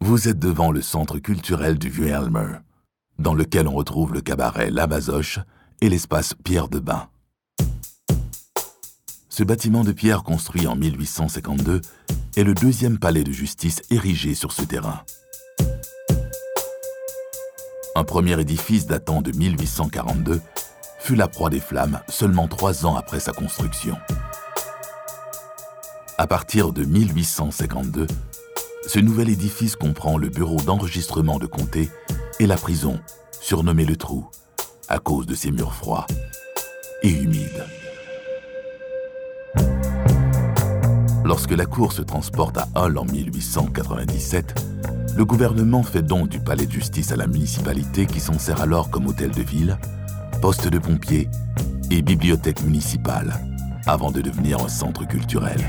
Vous êtes devant le centre culturel du Vieux-Elmer, dans lequel on retrouve le cabaret La Bazoche et l'espace Pierre de Bain. Ce bâtiment de pierre construit en 1852 est le deuxième palais de justice érigé sur ce terrain. Un premier édifice datant de 1842 fut la proie des flammes seulement 3 ans après sa construction. À partir de 1852, ce nouvel édifice comprend le bureau d'enregistrement de comté et la prison, surnommée le Trou, à cause de ses murs froids et humides. Lorsque la cour se transporte à Hull en 1897, le gouvernement fait don du palais de justice à la municipalité qui s'en sert alors comme hôtel de ville, poste de pompiers et bibliothèque municipale, avant de devenir un centre culturel.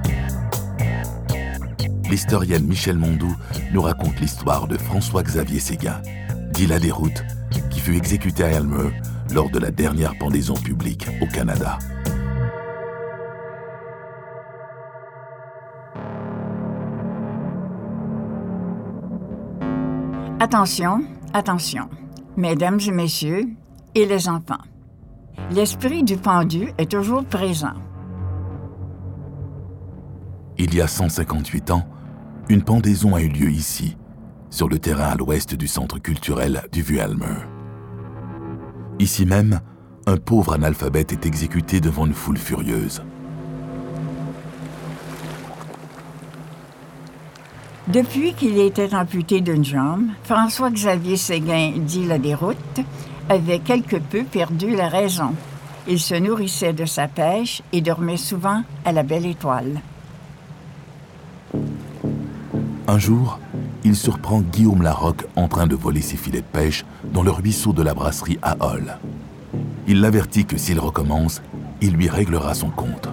L'historienne Michèle Mondou nous raconte l'histoire de François-Xavier Séguin, dit La Déroute, qui fut exécuté à Elmer lors de la dernière pendaison publique au Canada. Attention, attention, mesdames et messieurs, et les enfants. L'esprit du pendu est toujours présent. Il y a 158 ans, une pendaison a eu lieu ici, sur le terrain à l'ouest du centre culturel du Vieux-Elmer. Ici même, un pauvre analphabète est exécuté devant une foule furieuse. Depuis qu'il était amputé d'une jambe, François-Xavier Séguin, dit La Déroute, avait quelque peu perdu la raison. Il se nourrissait de sa pêche et dormait souvent à la Belle Étoile. Un jour, il surprend Guillaume Larocque en train de voler ses filets de pêche dans le ruisseau de la brasserie à Hull. Il l'avertit que s'il recommence, il lui réglera son compte.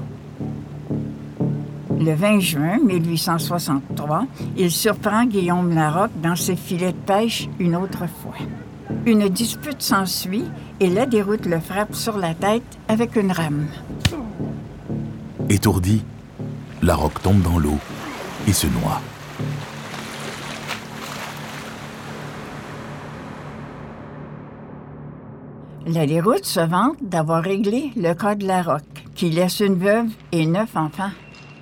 Le 20 juin 1863, il surprend Guillaume Larocque dans ses filets de pêche une autre fois. Une dispute s'ensuit et La Déroute le frappe sur la tête avec une rame. Étourdi, Larocque tombe dans l'eau et se noie. La Déroute se vante d'avoir réglé le cas de Larocque, qui laisse une veuve et 9 enfants.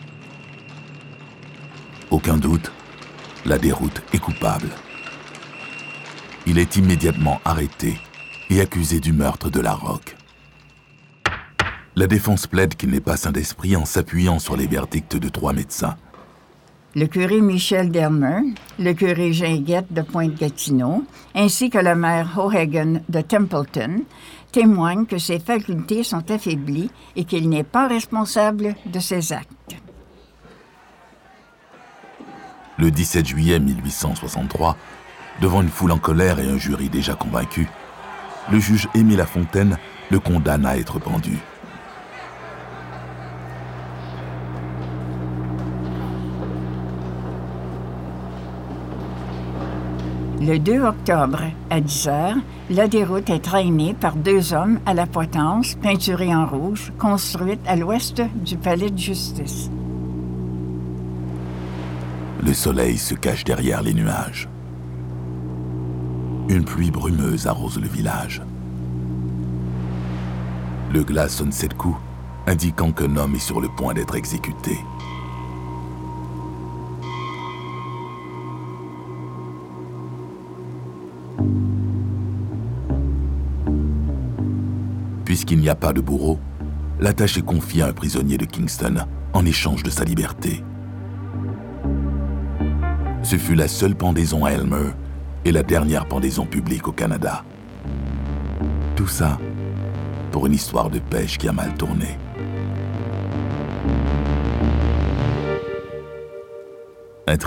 Aucun doute, La Déroute est coupable. Il est immédiatement arrêté et accusé du meurtre de Larocque. La défense plaide qu'il n'est pas sain d'esprit en s'appuyant sur les verdicts de 3 médecins. Le curé Michel d'Elmer, le curé Ginguette de Pointe-Gatineau, ainsi que le maire O'Hagan de Templeton, témoignent que ses facultés sont affaiblies et qu'il n'est pas responsable de ses actes. Le 17 juillet 1863, devant une foule en colère et un jury déjà convaincu, le juge Aimé Lafontaine le condamne à être pendu. Le 2 octobre, à 10h, La Déroute est traîné par 2 hommes à la potence, peinturée en rouge, construite à l'ouest du palais de justice. Le soleil se cache derrière les nuages. Une pluie brumeuse arrose le village. Le glas sonne 7 coups, indiquant qu'un homme est sur le point d'être exécuté. Puisqu'il n'y a pas de bourreau, la tâche est confiée à un prisonnier de Kingston en échange de sa liberté. Ce fut la seule pendaison à Elmer et la dernière pendaison publique au Canada. Tout ça pour une histoire de pêche qui a mal tourné. Intriguant, n'est-ce pas ?